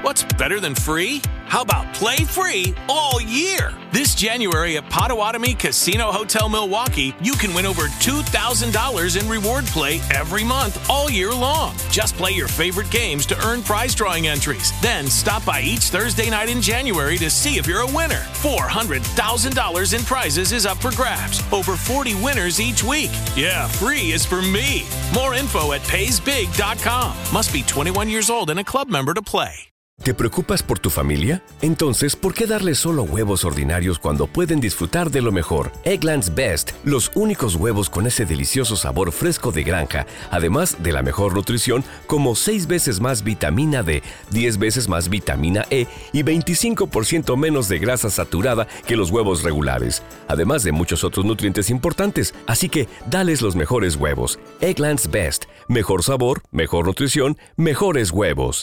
What's better than free? How about play free all year? This January at Potawatomi Casino Hotel Milwaukee, you can win over $2,000 in reward play every month all year long. Just play your favorite games to earn prize drawing entries. Then stop by each Thursday night in January to see if you're a winner. $400,000 in prizes is up for grabs. Over 40 winners each week. Yeah, free is for me. More info at paysbig.com. Must be 21 years old and a club member to play. ¿Te preocupas por tu familia? Entonces, ¿por qué darles solo huevos ordinarios cuando pueden disfrutar de lo mejor? Eggland's Best, los únicos huevos con ese delicioso sabor fresco de granja, además de la mejor nutrición, como 6 veces más vitamina D, 10 veces más vitamina E y 25% menos de grasa saturada que los huevos regulares, además de muchos otros nutrientes importantes. Así que, dales los mejores huevos. Eggland's Best, mejor sabor, mejor nutrición, mejores huevos.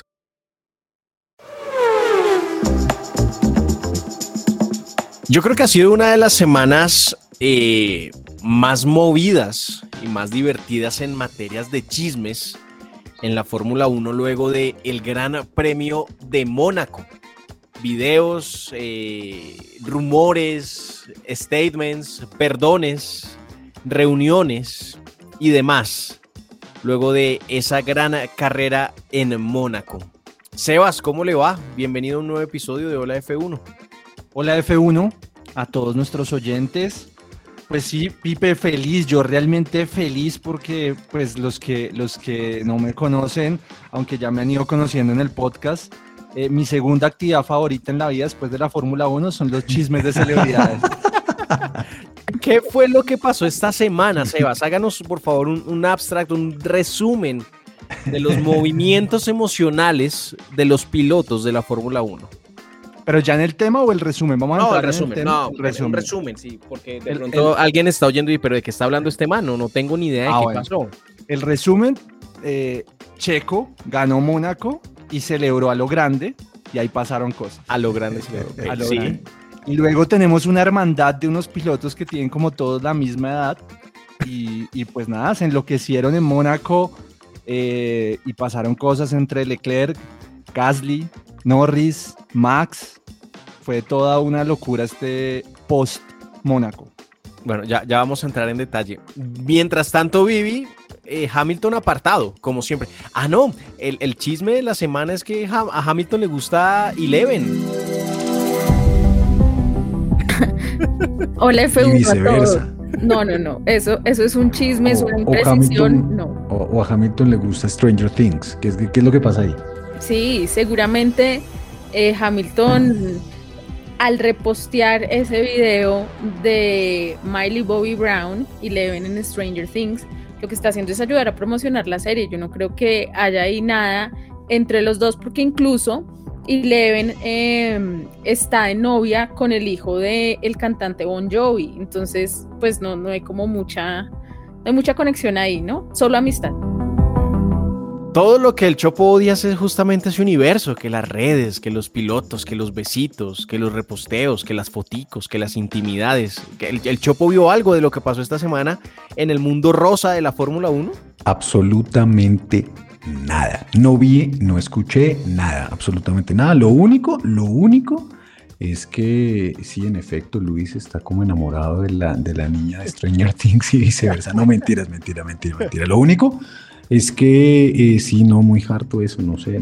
Yo creo que ha sido una de las semanas más movidas y más divertidas en materias de chismes en la Fórmula 1 luego del Gran Premio de Mónaco. Videos, rumores, statements, perdones, reuniones y demás luego de esa gran carrera en Mónaco. Sebas, ¿cómo le va? Bienvenido a un nuevo episodio de Hola F1. Hola F1, a todos nuestros oyentes. Pues sí, Pipe, feliz, yo realmente feliz porque pues los que no me conocen, aunque ya me han ido conociendo en el podcast, mi segunda actividad favorita en la vida después de la Fórmula 1 son los chismes de celebridades. ¿Qué fue lo que pasó esta semana, Sebas? Háganos por favor un abstract, un resumen de los movimientos emocionales de los pilotos de la Fórmula 1. ¿Pero ya en el tema o el resumen? Vamos a entrar el resumen, en el tema. Un resumen, sí, porque de pronto alguien está oyendo y ¿pero de qué está hablando este man? No tengo ni idea de qué pasó. El resumen, Checo ganó Mónaco y celebró a lo grande y ahí pasaron cosas. A lo grande, a lo grande. Y luego tenemos una hermandad de unos pilotos que tienen como todos la misma edad y pues nada, se enloquecieron en Mónaco y pasaron cosas entre Leclerc, Gasly, Norris, Max. Fue toda una locura este post-Mónaco. Bueno, ya vamos a entrar en detalle. Mientras tanto, Vivi, Hamilton apartado, como siempre. Ah, no, el chisme de la semana es que a Hamilton le gusta Eleven. Hola F1 y viceversa. No, eso es un chisme, es una imprecisión. O a Hamilton le gusta Stranger Things. ¿Qué es lo que pasa ahí? Sí, seguramente Hamilton, al repostear ese video de Miley Bobby Brown y Eleven en Stranger Things, lo que está haciendo es ayudar a promocionar la serie. Yo no creo que haya ahí nada entre los dos, porque incluso Eleven está de novia con el hijo del cantante Bon Jovi. Entonces, pues no hay como mucha conexión ahí, ¿no? Solo amistad. Todo lo que el Chopo odia es justamente ese universo, que las redes, que los pilotos, que los besitos, que los reposteos, que las foticos, que las intimidades. ¿El Chopo vio algo de lo que pasó esta semana en el mundo rosa de la Fórmula 1? Absolutamente nada. No vi, no escuché nada, absolutamente nada. Lo único es que sí, en efecto, Luis está como enamorado de la niña de Stranger Things y viceversa. No, mentira. Lo único es que sí, no, muy harto eso, no sé,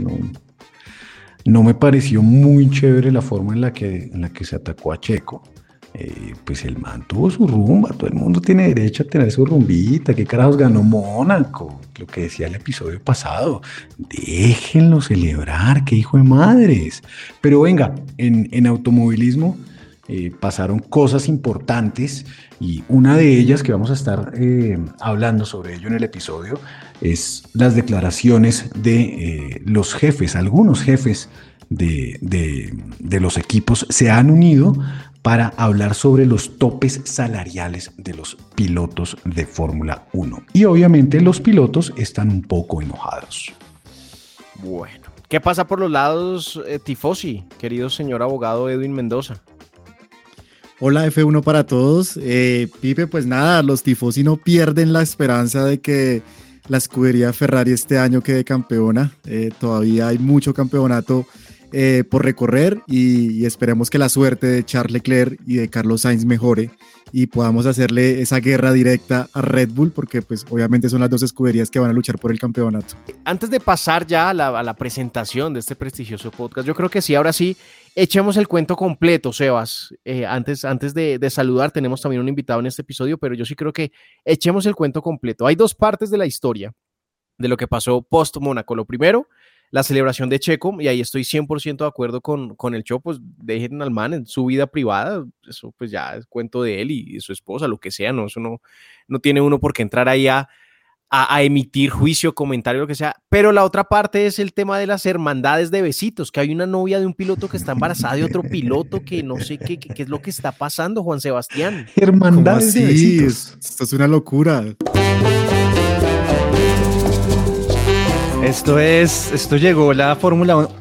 no me pareció muy chévere la forma en la que se atacó a Checo. Pues el man tuvo su rumba, todo el mundo tiene derecho a tener su rumbita. ¿Qué carajos ganó Mónaco? Lo que decía el episodio pasado, déjenlo celebrar, qué hijo de madres. Pero venga, en automovilismo pasaron cosas importantes y una de ellas que vamos a estar hablando sobre ello en el episodio es las declaraciones de los jefes. Algunos jefes de los equipos se han unido para hablar sobre los topes salariales de los pilotos de Fórmula 1. Y obviamente los pilotos están un poco enojados. Bueno, ¿qué pasa por los lados tifosi, querido señor abogado Edwin Mendoza? Hola F1 para todos. Pipe, pues nada, los tifosi no pierden la esperanza de que la escudería Ferrari este año quede campeona. Todavía hay mucho campeonato por recorrer y esperemos que la suerte de Charles Leclerc y de Carlos Sainz mejore y podamos hacerle esa guerra directa a Red Bull, porque pues obviamente son las dos escuderías que van a luchar por el campeonato. Antes de pasar ya a la presentación de este prestigioso podcast, yo creo que sí, ahora sí, echemos el cuento completo, Sebas. Antes de saludar, tenemos también un invitado en este episodio, pero yo sí creo que echemos el cuento completo. Hay dos partes de la historia de lo que pasó post-Mónaco. Lo primero, la celebración de Checo, y ahí estoy 100% de acuerdo con el Cho, pues dejen al man en su vida privada, eso pues ya es cuento de él y de su esposa, lo que sea, no, eso no tiene uno por qué entrar ahí a emitir juicio, comentario, lo que sea. Pero la otra parte es el tema de las hermandades de besitos, que hay una novia de un piloto que está embarazada de otro piloto, que no sé qué es lo que está pasando, Juan Sebastián. Hermandades de besitos. Esto es una locura. Esto llegó la Fórmula 1.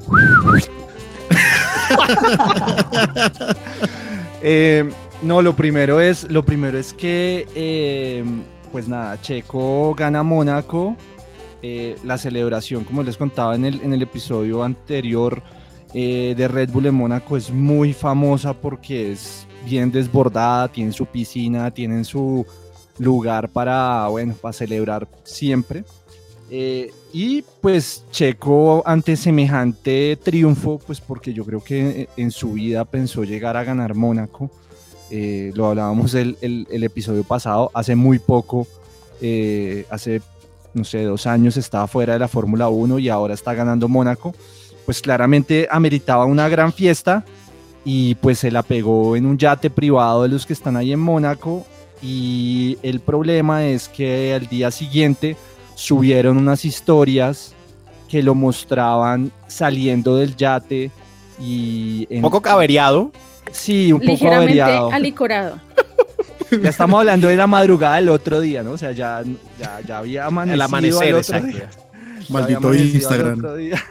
No, lo primero es que pues nada, Checo gana Mónaco. La celebración, como les contaba en el episodio anterior de Red Bull en Mónaco, es muy famosa porque es bien desbordada, tienen su piscina, tienen su lugar para celebrar siempre. Y pues Checo, ante semejante triunfo, pues porque yo creo que en su vida pensó llegar a ganar Mónaco. Lo hablábamos el episodio pasado, hace muy poco, hace no sé, 2 años estaba fuera de la Fórmula 1 y ahora está ganando Mónaco. Pues claramente ameritaba una gran fiesta y pues se la pegó en un yate privado de los que están ahí en Mónaco, y el problema es que al día siguiente subieron unas historias que lo mostraban saliendo del yate y un poco averiado. Sí, un poco averiado. Ligeramente alicorado. Ya estamos hablando de la madrugada del otro día, ¿no? O sea, ya había amanecido. El amanecer, exacto. Maldito Instagram.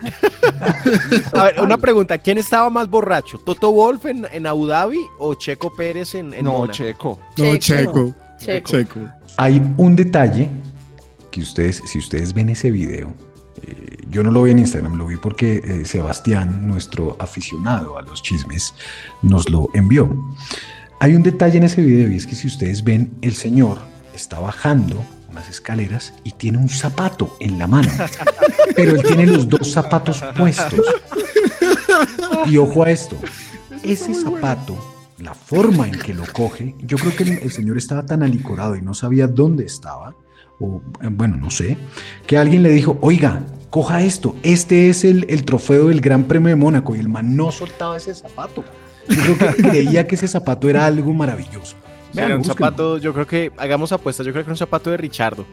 A ver, una pregunta, ¿quién estaba más borracho? ¿Toto Wolff en Abu Dhabi o Checo Pérez en No, Mónaco? Checo. No, Checo. Hay un detalle que si ustedes ven ese video, yo no lo vi en Instagram, lo vi porque Sebastián, nuestro aficionado a los chismes, nos lo envió. Hay un detalle en ese video, y es que si ustedes ven, el señor está bajando unas escaleras y tiene un zapato en la mano, pero él tiene los 2 zapatos puestos. Y ojo a esto, ese zapato, la forma en que lo coge, yo creo que el señor estaba tan alicorado y no sabía dónde estaba, o bueno, no sé, que alguien le dijo, oiga, coja esto, este es el trofeo del Gran Premio de Mónaco, y el man no soltaba ese zapato. Yo creo que creía que ese zapato era algo maravilloso. Era un zapato, yo creo que, hagamos apuestas, yo creo que era un zapato de Richardo.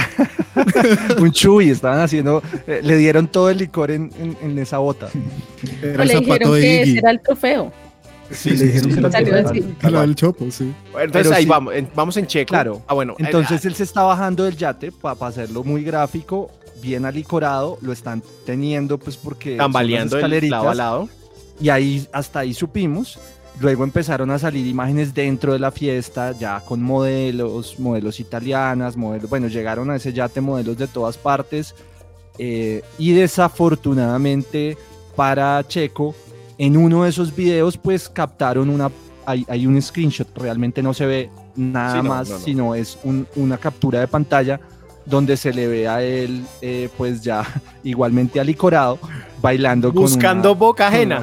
Un Chuy, estaban haciendo, le dieron todo el licor en esa bota. Era O el le zapato dijeron de que Iggy. ese era el trofeo. Sí, le dijeron que era Salió el así. del Chopo, sí. Entonces Pero ahí sí. vamos en Checo. Claro. Bueno, Entonces él se está bajando del yate, para hacerlo muy gráfico, bien alicorado, lo están teniendo pues porque tambaleando son las el lado a escaleritas, lado. y ahí hasta ahí supimos. Luego empezaron a salir imágenes dentro de la fiesta, ya con modelos italianas, bueno, llegaron a ese yate modelos de todas partes, y desafortunadamente para Checo, en uno de esos videos pues captaron hay un screenshot, realmente no se ve nada más, sino es una captura de pantalla donde se le ve a él pues ya igualmente alicorado, bailando buscando boca ajena.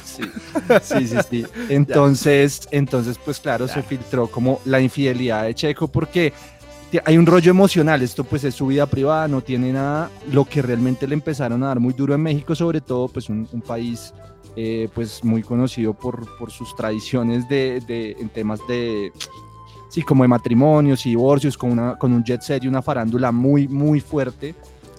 Sí. Entonces pues claro, se filtró como la infidelidad de Checo, porque hay un rollo emocional. Esto pues es su vida privada, no tiene nada. Lo que realmente le empezaron a dar muy duro en México, sobre todo pues un país pues muy conocido por sus tradiciones en temas de sí, como de matrimonios y divorcios, con un jet set y una farándula muy, muy fuerte,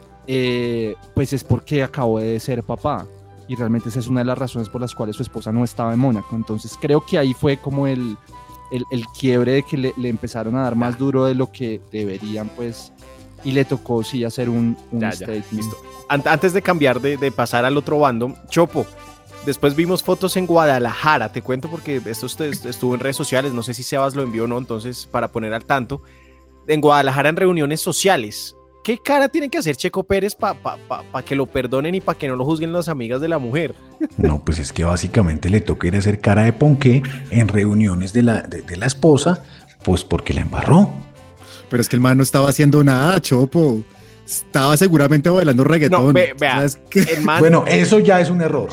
pues es porque acabó de ser papá. Y realmente esa es una de las razones por las cuales su esposa no estaba en Mónaco. Entonces creo que ahí fue como el quiebre de que le empezaron a dar más duro de lo que deberían, pues, y le tocó sí hacer un statement. Listo. Antes de cambiar, de pasar al otro bando, Chopo, después vimos fotos en Guadalajara, te cuento porque esto estuvo en redes sociales, no sé si Sebas lo envió o no, entonces para poner al tanto, en Guadalajara en reuniones sociales. ¿Qué cara tiene que hacer Checo Pérez para que lo perdonen y para que no lo juzguen las amigas de la mujer? No, pues es que básicamente le toca ir a hacer cara de ponqué en reuniones de la esposa, pues porque la embarró. Pero es que el man no estaba haciendo nada, Chopo. Estaba seguramente bailando reggaetón. No, vea, el man... Bueno, eso ya es un error.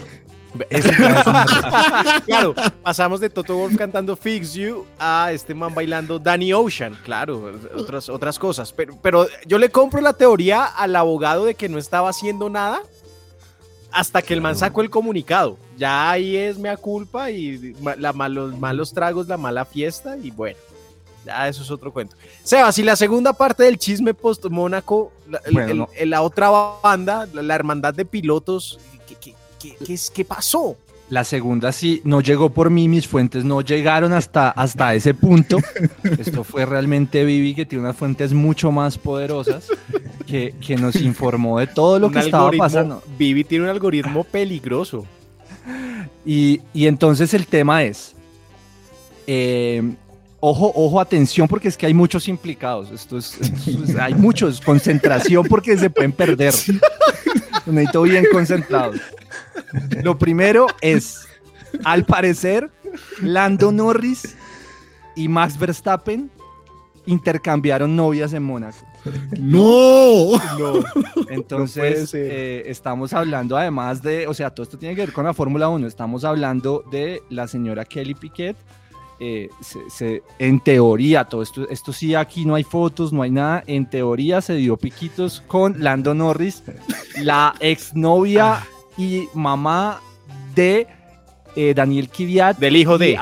Claro, pasamos de Toto Wolff cantando Fix You a este man bailando Danny Ocean, claro, otras cosas, pero yo le compro la teoría al abogado de que no estaba haciendo nada hasta que el man sacó el comunicado. Ya ahí es mea culpa y los malos tragos, la mala fiesta y bueno, ya eso es otro cuento. Sebas, y la segunda parte del chisme post Mónaco, la otra banda, la hermandad de pilotos, ¿qué pasó? La segunda sí no llegó por mí, mis fuentes no llegaron hasta ese punto. Esto fue realmente Vivi, que tiene unas fuentes mucho más poderosas, que nos informó de todo lo que estaba pasando. Vivi tiene un algoritmo peligroso. Y entonces el tema es, ojo, atención, porque es que hay muchos implicados. Hay muchos, concentración porque se pueden perder. Necesito bien concentrados. Lo primero es, al parecer, Lando Norris y Max Verstappen intercambiaron novias en Mónaco. ¡No! Entonces, estamos hablando además de, o sea, todo esto tiene que ver con la Fórmula 1. Estamos hablando de la señora Kelly Piquet. En teoría, todo esto sí, aquí no hay fotos, no hay nada. En teoría se dio piquitos con Lando Norris, la exnovia y mamá de Daniel Kvyat. Del hijo de.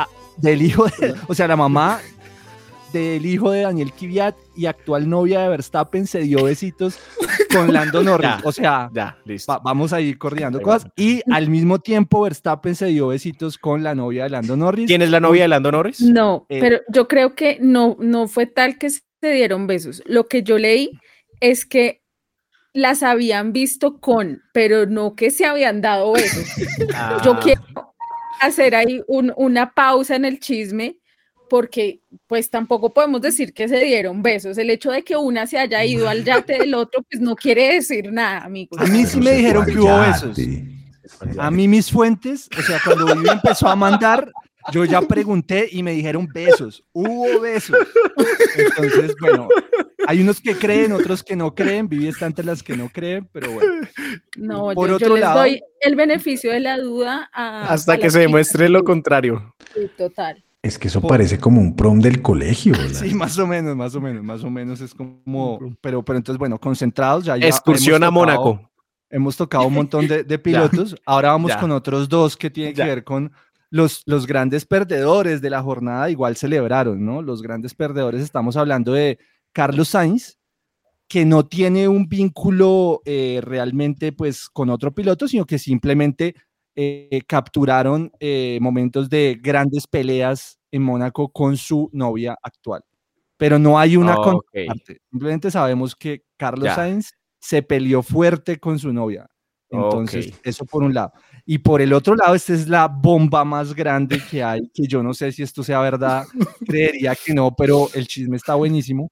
O sea, la mamá del hijo de Daniel Kvyat y actual novia de Verstappen se dio besitos con Lando Norris. O sea, listo. Vamos a ir coordinando cosas. Y al mismo tiempo Verstappen se dio besitos con la novia de Lando Norris. ¿Quién es la novia de Lando Norris? No, pero yo creo que no fue tal que se dieron besos. Lo que yo leí es que las habían visto pero no que se habían dado besos. Yo quiero hacer ahí una pausa en el chisme, porque pues tampoco podemos decir que se dieron besos. El hecho de que una se haya ido al yate del otro, pues no quiere decir nada, amigos. A mí sí me dijeron que hubo besos. A mí mis fuentes, o sea, cuando Vivi empezó a mandar, yo ya pregunté y me dijeron besos. Hubo besos. Entonces, bueno, hay unos que creen, otros que no creen. Vivi está entre las que no creen, pero bueno. No, yo les doy el beneficio de la duda hasta que se demuestre lo contrario. Sí, total. Es que eso parece como un prom del colegio, ¿verdad? Sí, más o menos es como, pero entonces, bueno, concentrados ya. Excursión a Mónaco. Hemos tocado un montón de pilotos. Ahora vamos con otros dos que tienen que ver con los grandes perdedores de la jornada. Igual celebraron, ¿no? Los grandes perdedores, estamos hablando de Carlos Sainz, que no tiene un vínculo realmente pues con otro piloto, sino que simplemente capturaron momentos de grandes peleas en Mónaco con su novia actual. Pero no hay una contraparte. Simplemente sabemos que Carlos Sainz se peleó fuerte con su novia. Entonces, eso por un lado. Y por el otro lado, esta es la bomba más grande que hay, que yo no sé si esto sea verdad, creería que no, pero el chisme está buenísimo.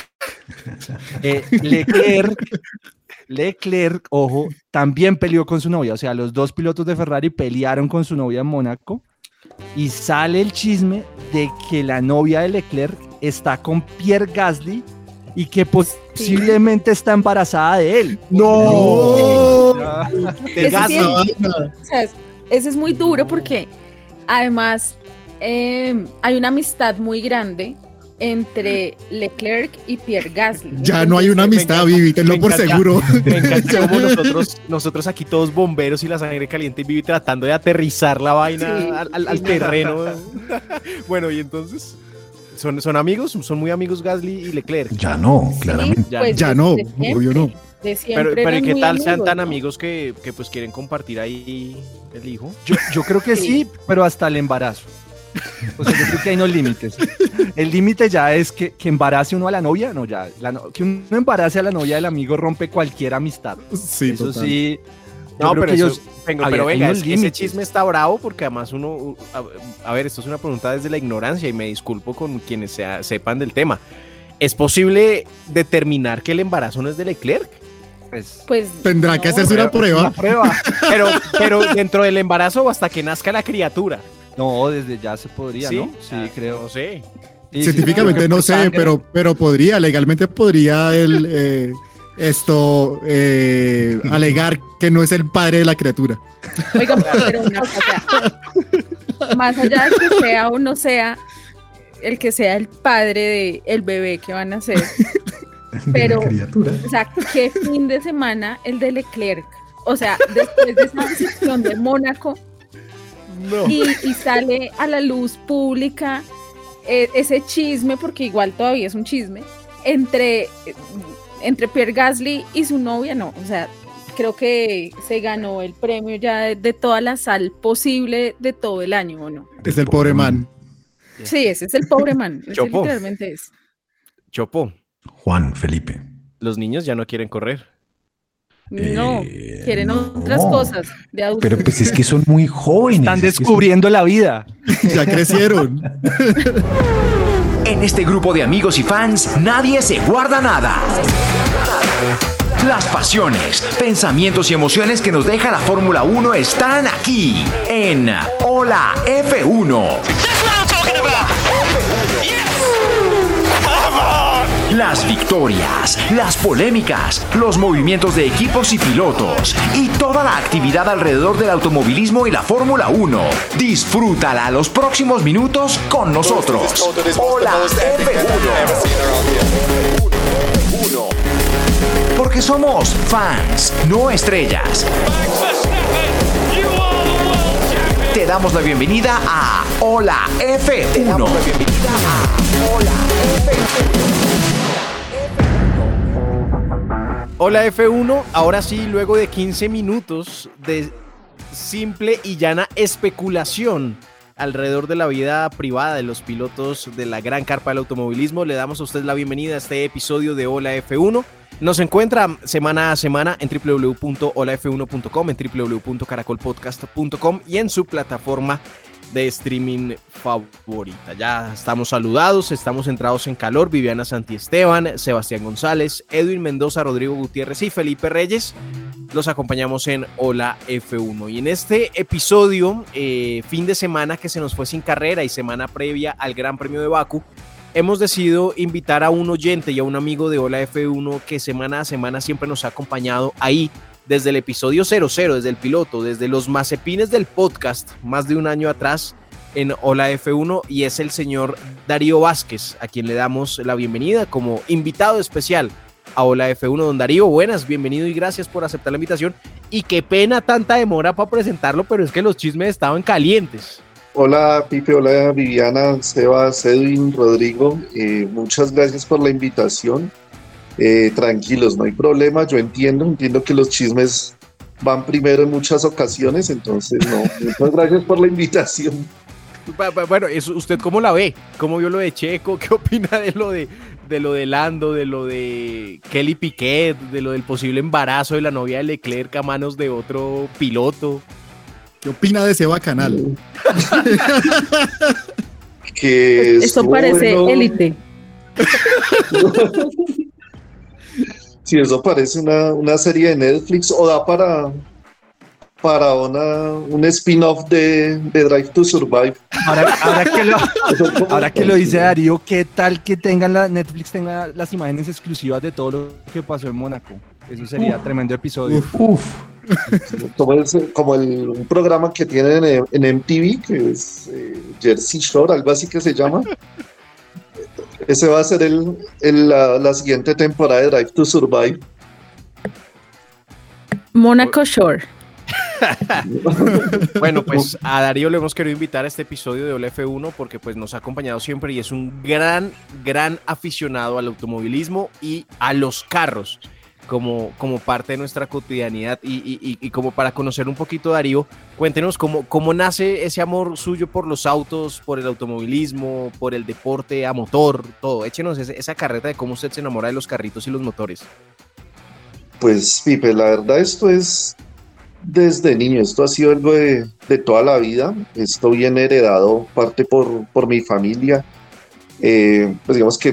Leclerc, ojo, también peleó con su novia. O sea, los dos pilotos de Ferrari pelearon con su novia en Mónaco. Y sale el chisme de que la novia de Leclerc está con Pierre Gasly y que posiblemente está embarazada de él. ¡No! De Gasly. Ese es muy duro porque además hay una amistad muy grande entre Leclerc y Pierre Gasly. Ya no hay una amistad, Vivi, tenlo por seguro. Me encanta como nosotros aquí todos bomberos y la sangre caliente y Vivi tratando de aterrizar la vaina al terreno. Bueno, y entonces, ¿son amigos? ¿Son muy amigos Gasly y Leclerc? Ya no, claramente. Pues ya no, obvio no. Pero ¿y qué tal sean tan amigos que pues quieren compartir ahí el hijo? Yo creo que sí, pero hasta el embarazo. O sea, yo creo que hay no límites. El límite ya es que embarace uno a la novia, no, ya. Que uno embarace a la novia del amigo rompe cualquier amistad. Sí, eso total. Sí. No, pero ellos. Pero venga, ese chisme chisme está bravo porque además uno. A ver, esto es una pregunta desde la ignorancia y me disculpo con quienes sepan del tema. ¿Es posible determinar que el embarazo no es de Leclerc? Pues Tendrá que hacerse una prueba. Pero dentro del embarazo o hasta que nazca la criatura. No, desde ya se podría, ¿Sí? ¿no? Sí, creo. No sé. Sí, Científicamente sí, no sé, sangre. pero podría, legalmente podría alegar que no es el padre de la criatura. Oigan, pero una cosa, más allá de que sea o no sea, el que sea el padre del bebé que van a hacer, pero, exacto, ¿qué fin de semana el de Leclerc? O sea, después de esa decepción de Mónaco, y sale a la luz pública ese chisme, porque igual todavía es un chisme, entre Pierre Gasly y su novia, no, o sea, creo que se ganó el premio ya de toda la sal posible de todo el año, ¿o no? Es el pobre man. Sí, ese es el pobre man, ese Chopo. literalmente es. Chopo, Juan Felipe. los niños ya no quieren correr. No, quieren no. otras cosas de adultos. Pero pues es que son muy jóvenes. Están es que descubriendo la vida. Ya crecieron. En este grupo de amigos y fans, nadie se guarda nada. Las pasiones, pensamientos y emociones que nos deja la Fórmula 1 están aquí, en Hola F1. Las victorias, las polémicas, los movimientos de equipos y pilotos y toda la actividad alrededor del automovilismo y la Fórmula 1. Disfrútala los próximos minutos con nosotros. Hola F1. Porque somos fans, no estrellas. Te damos la bienvenida a Hola F1. Hola F1, ahora sí, luego de 15 minutos de simple y llana especulación alrededor de la vida privada de los pilotos de la gran carpa del automovilismo, le damos a usted la bienvenida a este episodio de Hola F1. Nos encuentra semana a semana en www.holaf1.com, en www.caracolpodcast.com y en su plataforma de streaming favorita. Ya estamos saludados, estamos entrados en calor. Viviana Santiesteban, Sebastián González, Edwin Mendoza, Rodrigo Gutiérrez y Felipe Reyes. Los acompañamos en Hola F1. Y en este episodio, fin de semana que se nos fue sin carrera y semana previa al Gran Premio de Bakú, hemos decidido invitar a un oyente y a un amigo de Hola F1 que semana a semana siempre nos ha acompañado ahí desde el episodio 00, desde el piloto, desde los mazepines del podcast, más de un año atrás en Hola F1, y es el señor Darío Vázquez, a quien le damos la bienvenida como invitado especial a Hola F1. Don Darío, buenas, bienvenido y gracias por aceptar la invitación. Y qué pena tanta demora para presentarlo, pero es que los chismes estaban calientes. Hola Pipe, hola Viviana, Sebas, Edwin, Rodrigo, muchas gracias por la invitación. Tranquilos, no hay problema, yo entiendo que los chismes van primero en muchas ocasiones, entonces no, muchas gracias por la invitación. Bueno, ¿usted cómo la ve? ¿Cómo vio lo de Checo? ¿Qué opina de lo de Lando, de lo de Kelly Piquet, de lo del posible embarazo de la novia de Leclerc a manos de otro piloto? ¿Qué opina de ese bacanal? Que esto parece élite. Si eso parece una serie de Netflix o da para un spin-off de Drive to Survive. Ahora que lo dice Darío, ¿qué tal que Netflix tenga las imágenes exclusivas de todo lo que pasó en Mónaco? Eso sería tremendo episodio. Como un programa que tienen en MTV, que es Jersey Shore, algo así que se llama. Ese va a ser la siguiente temporada de Drive to Survive. Mónaco Shore. Bueno, pues a Darío le hemos querido invitar a este episodio de Hola F1 porque pues nos ha acompañado siempre y es un gran aficionado al automovilismo y a los carros como parte de nuestra cotidianidad y como para conocer un poquito, Darío, cuéntenos cómo nace ese amor suyo por los autos, por el automovilismo, por el deporte a motor, todo. Échenos esa carreta de cómo usted se enamora de los carritos y los motores. Pues Pipe, la verdad esto es desde niño, esto ha sido algo de toda la vida, esto viene heredado parte por mi familia, pues digamos que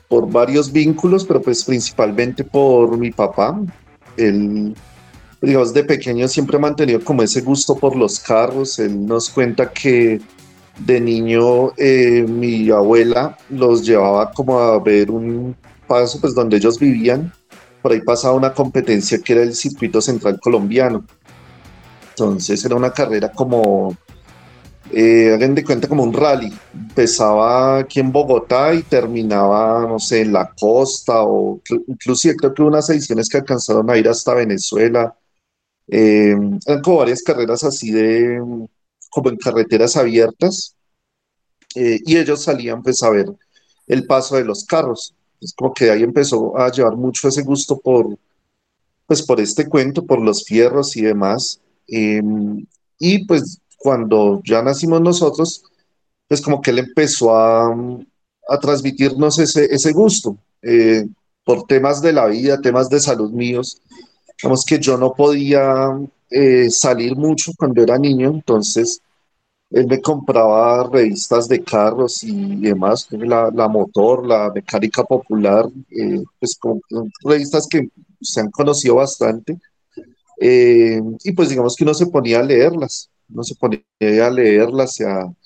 por varios vínculos, pero pues principalmente por mi papá. Él, digamos, de pequeño siempre ha mantenido como ese gusto por los carros. Él nos cuenta que de niño mi abuela los llevaba como a ver un paso, pues donde ellos vivían, por ahí pasaba una competencia que era el circuito central colombiano. Entonces era una carrera como, hagan de cuenta como un rally. Empezaba aquí en Bogotá y terminaba, no sé, en la costa o inclusive creo que hubo unas ediciones que alcanzaron a ir hasta Venezuela. Eran como varias carreras así de, como en carreteras abiertas, y ellos salían pues a ver el paso de los carros. Es como que ahí empezó a llevar mucho ese gusto pues por este cuento, por los fierros y demás. Eh, y pues cuando ya nacimos nosotros, pues como que él empezó a transmitirnos ese gusto, por temas de la vida, temas de salud míos. Digamos que yo no podía salir mucho cuando era niño, entonces él me compraba revistas de carros y demás, la Motor, la Mecánica Popular, pues como revistas que se han conocido bastante. Y pues digamos que uno se ponía a leerlas, uno se ponía a leerlas y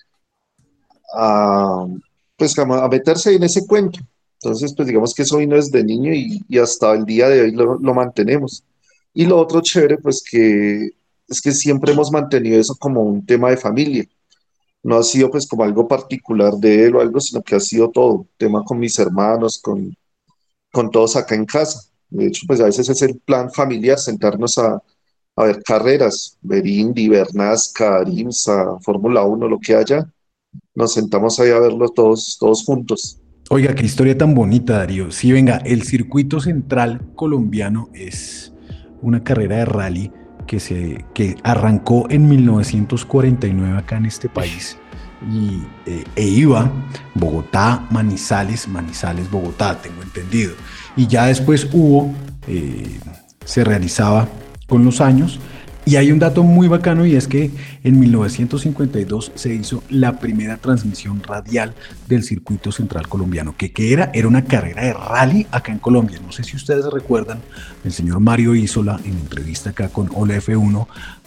a, pues a meterse en ese cuento. Entonces, pues digamos que eso vino desde niño y hasta el día de hoy lo mantenemos. Y lo otro chévere, pues que es que siempre hemos mantenido eso como un tema de familia. No ha sido pues como algo particular de él o algo, sino que ha sido todo, tema con mis hermanos, con todos acá en casa. De hecho, pues a veces es el plan familiar, sentarnos a ver carreras, ver Indy, ver NASCAR, IMSA, Fórmula 1, lo que haya. Nos sentamos ahí a verlo todos juntos. Oiga, qué historia tan bonita, Darío. Sí, venga, el circuito central colombiano es una carrera de rally que arrancó en 1949 acá en este país e iba Bogotá, Manizales, Bogotá, tengo entendido. Y ya después se realizaba con los años. Y hay un dato muy bacano y es que en 1952 se hizo la primera transmisión radial del circuito central colombiano. ¿Qué era? Era una carrera de rally acá en Colombia. No sé si ustedes recuerdan, el señor Mario Isola en entrevista acá con Hola F1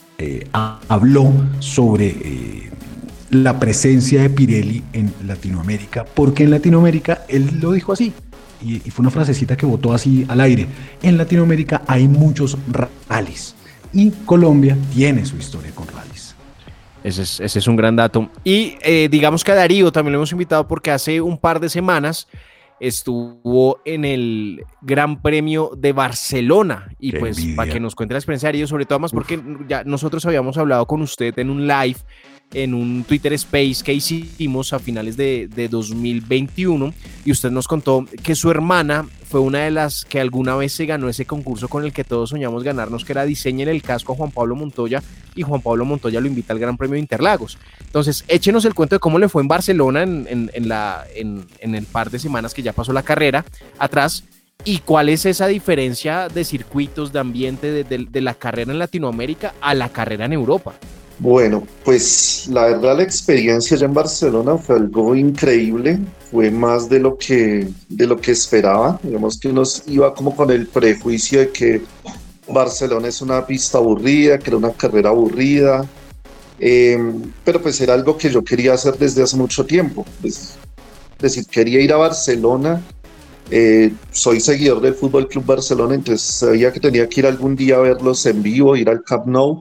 habló sobre la presencia de Pirelli en Latinoamérica, porque en Latinoamérica, él lo dijo así, y fue una frasecita que botó así al aire, en Latinoamérica hay muchos rallies. Y Colombia tiene su historia con rallies. Ese es un gran dato. Y digamos que a Darío también lo hemos invitado porque hace un par de semanas estuvo en el Gran Premio de Barcelona. Y qué pues envidia. Para que nos cuente la experiencia de Darío, sobre todo más porque ya nosotros habíamos hablado con usted en un live, en un Twitter Space que hicimos a finales de 2021, y usted nos contó que su hermana fue una de las que alguna vez se ganó ese concurso con el que todos soñamos ganarnos, que era Diseñen el casco a Juan Pablo Montoya, y Juan Pablo Montoya lo invita al Gran Premio de Interlagos. Entonces, échenos el cuento de cómo le fue en Barcelona en el par de semanas que ya pasó la carrera atrás, y cuál es esa diferencia de circuitos, de ambiente, de la carrera en Latinoamérica a la carrera en Europa. Bueno, pues la verdad la experiencia allá en Barcelona fue algo increíble, fue más de lo que esperaba. Digamos que uno iba como con el prejuicio de que Barcelona es una pista aburrida, que era una carrera aburrida, pero pues era algo que yo quería hacer desde hace mucho tiempo. Es decir, quería ir a Barcelona, soy seguidor del Fútbol Club Barcelona, entonces sabía que tenía que ir algún día a verlos en vivo, ir al Camp Nou.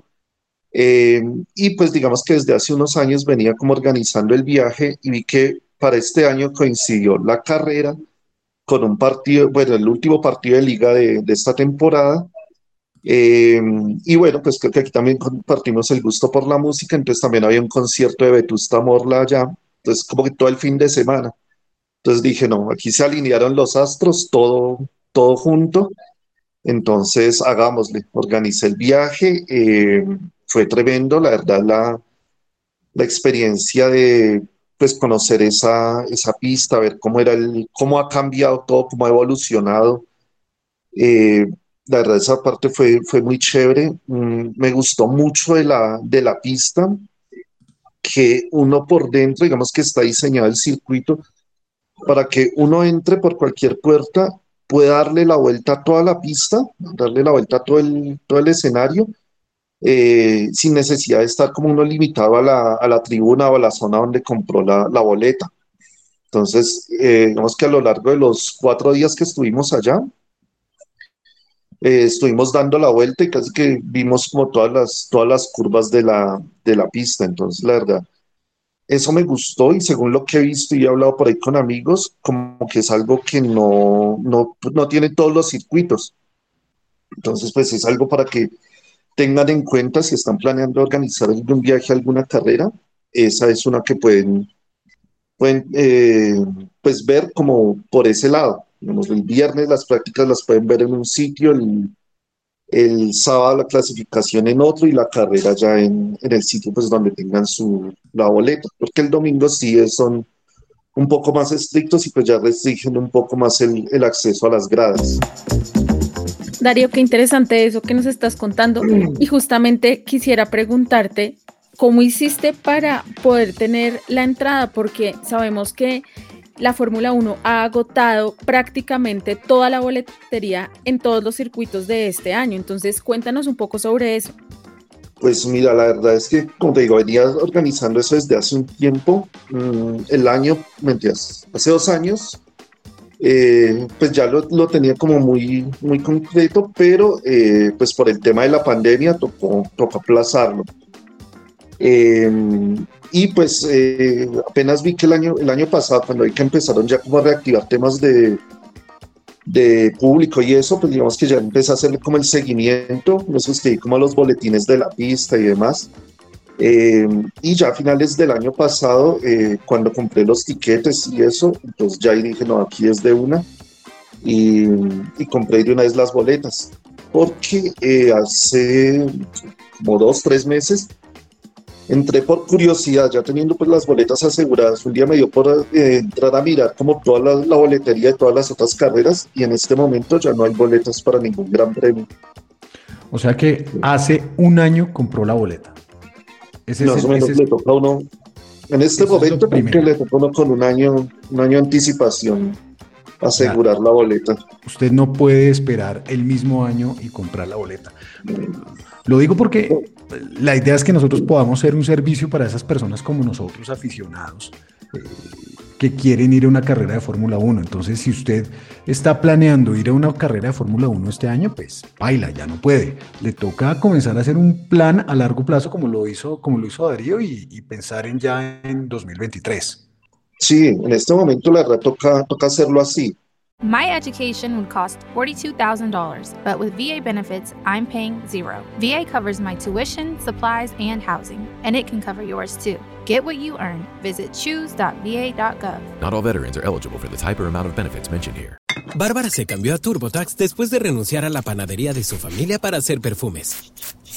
Y pues digamos que desde hace unos años venía como organizando el viaje y vi que para este año coincidió la carrera con un partido, bueno, el último partido de liga de esta temporada. Y bueno, pues creo que aquí también compartimos el gusto por la música, entonces también había un concierto de Vetusta Morla allá, entonces como que todo el fin de semana. Entonces dije, no, aquí se alinearon los astros, todo junto. Entonces, hagámosle, organicé el viaje, fue tremendo, la verdad, la experiencia de pues, conocer esa pista, ver cómo ha cambiado todo, cómo ha evolucionado. eh, la verdad, esa parte fue muy chévere. Me gustó mucho de la pista, que uno por dentro, digamos que está diseñado el circuito, para que uno entre por cualquier puerta, puede darle la vuelta a toda la pista, darle la vuelta a todo el escenario, sin necesidad de estar como uno limitado a la tribuna o a la zona donde compró la boleta. Entonces, digamos que a lo largo de los 4 días que estuvimos allá, estuvimos dando la vuelta y casi que vimos como todas las curvas de la pista. Entonces, la verdad, eso me gustó y según lo que he visto y he hablado por ahí con amigos, como que es algo que no tiene todos los circuitos. Entonces, pues es algo para que tengan en cuenta si están planeando organizar algún viaje, alguna carrera. Esa es una que pueden pues ver como por ese lado. Digamos, el viernes las prácticas las pueden ver en un sitio, el sábado la clasificación en otro y la carrera ya en el sitio pues donde tengan la boleta, porque el domingo sí son un poco más estrictos y pues ya restringen un poco más el acceso a las gradas. Darío, qué interesante eso que nos estás contando y justamente quisiera preguntarte ¿cómo hiciste para poder tener la entrada? Porque sabemos que la Fórmula 1 ha agotado prácticamente toda la boletería en todos los circuitos de este año. Entonces, cuéntanos un poco sobre eso. Pues mira, la verdad es que, como te digo, venía organizando eso desde hace un tiempo. Hace 2 años, pues ya lo tenía como muy, muy concreto, pero pues por el tema de la pandemia tocó aplazarlo. Y pues apenas vi que el año pasado, cuando vi que empezaron ya como a reactivar temas de público y eso, pues digamos que ya empecé a hacerle como el seguimiento, me suscribí como a los boletines de la pista y demás. Y ya a finales del año pasado, cuando compré los tiquetes y eso, entonces ya ahí dije, no, aquí es de una, y compré de una vez las boletas, porque hace como 2-3 meses entré por curiosidad, ya teniendo pues las boletas aseguradas. Un día me dio por entrar a mirar como toda la boletería de todas las otras carreras y en este momento ya no hay boletas para ningún gran premio. O sea que hace 1 año compró la boleta. Más o menos le toca a uno, en este momento creo que le toca a uno con un año de anticipación asegurar la boleta. Usted no puede esperar el mismo año y comprar la boleta. Lo digo porque la idea es que nosotros podamos ser un servicio para esas personas como nosotros, aficionados, que quieren ir a una carrera de Fórmula 1. Entonces, si usted está planeando ir a una carrera de Fórmula 1 este año, pues baila, ya no puede. Le toca comenzar a hacer un plan a largo plazo como lo hizo Darío y pensar ya en 2023. Sí, en este momento la verdad toca hacerlo así. My education would cost $42,000, but with VA benefits, I'm paying $0. VA covers my tuition, supplies, and housing, and it can cover yours too. Get what you earn. Visit choose.va.gov. Not all veterans are eligible for the type or amount of benefits mentioned here. Bárbara se cambió a TurboTax después de renunciar a la panadería de su familia para hacer perfumes.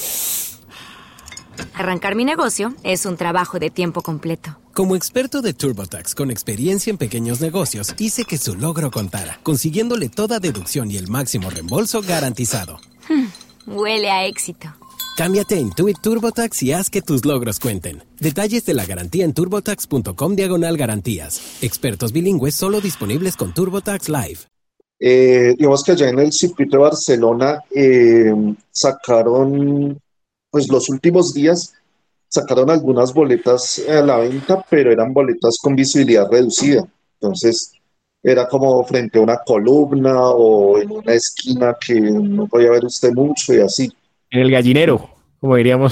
Arrancar mi negocio es un trabajo de tiempo completo. Como experto de TurboTax con experiencia en pequeños negocios, hice que su logro contara, consiguiéndole toda deducción y el máximo reembolso garantizado. Huele a éxito. Cámbiate a Intuit TurboTax y haz que tus logros cuenten. Detalles de la garantía en turbotax.com/garantías. Expertos bilingües solo disponibles con TurboTax Live. Digamos que allá en el circuito de Barcelona sacaron, pues los últimos días, sacaron algunas boletas a la venta, pero eran boletas con visibilidad reducida. Entonces, era como frente a una columna o en una esquina que no podía ver usted mucho y así. En el gallinero, como diríamos.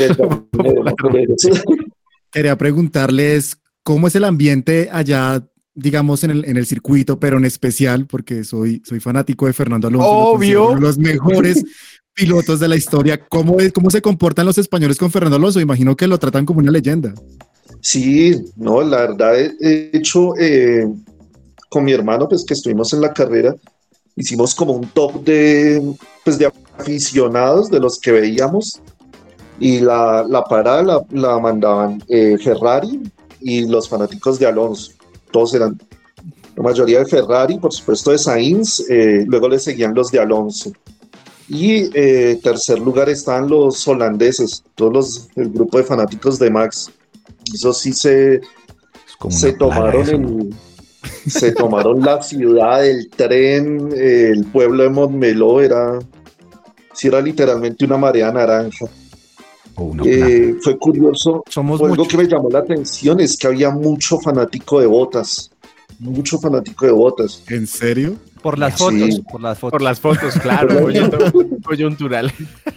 Quería preguntarles cómo es el ambiente allá, digamos, en el circuito, pero en especial, porque soy fanático de Fernando Alonso. Obvio. Uno de los mejores pilotos de la historia. ¿Cómo se comportan los españoles con Fernando Alonso? Imagino que lo tratan como una leyenda. Sí, no, la verdad, de hecho, con mi hermano, pues que estuvimos en la carrera, hicimos como un top de aficionados de los que veíamos, y la parada la mandaban Ferrari y los fanáticos de Alonso. Todos eran, la mayoría de Ferrari, por supuesto de Sainz, luego le seguían los de Alonso. Y tercer lugar estaban los holandeses, el grupo de fanáticos de Max. Eso sí se tomaron Se tomaron la ciudad, el tren, el pueblo de Montmeló, era literalmente una marea naranja. Fue curioso. Algo que me llamó la atención es que había mucho fanático de Bottas. ¿En serio? Por las Sí. fotos, Por las fotos, claro, coyuntural.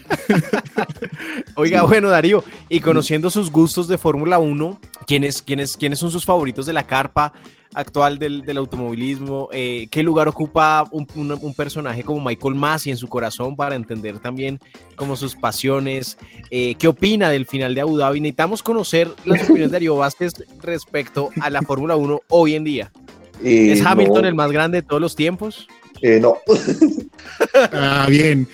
Oiga, bueno, Darío, y conociendo sus gustos de Fórmula 1, ¿quiénes son sus favoritos de la carpa actual del automovilismo? ¿Qué lugar ocupa un personaje como Michael Masi en su corazón para entender también como sus pasiones? ¿Qué opina del final de Abu Dhabi? Necesitamos conocer las opiniones de Darío Vázquez respecto a la Fórmula 1 hoy en día. ¿Es Hamilton el más grande de todos los tiempos? No. Bien.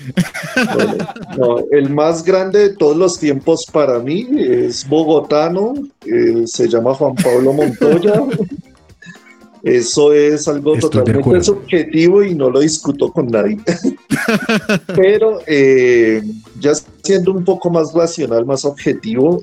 No, el más grande de todos los tiempos para mí es bogotano, se llama Juan Pablo Montoya. Eso es algo totalmente subjetivo y no lo discuto con nadie. Pero ya siendo un poco más racional, más objetivo,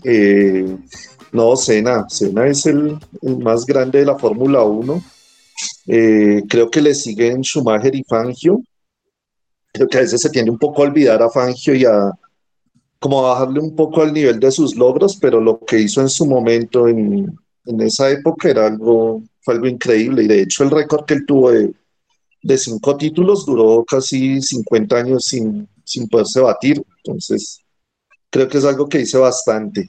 no, Senna es el más grande de la Fórmula 1. Creo que le siguen Schumacher y Fangio. Creo que a veces se tiende un poco a olvidar a Fangio y a como bajarle un poco al nivel de sus logros, pero lo que hizo en su momento en esa época fue algo increíble, y de hecho el récord que él tuvo de 5 títulos duró casi 50 años sin poderse batir. Entonces creo que es algo que dice bastante.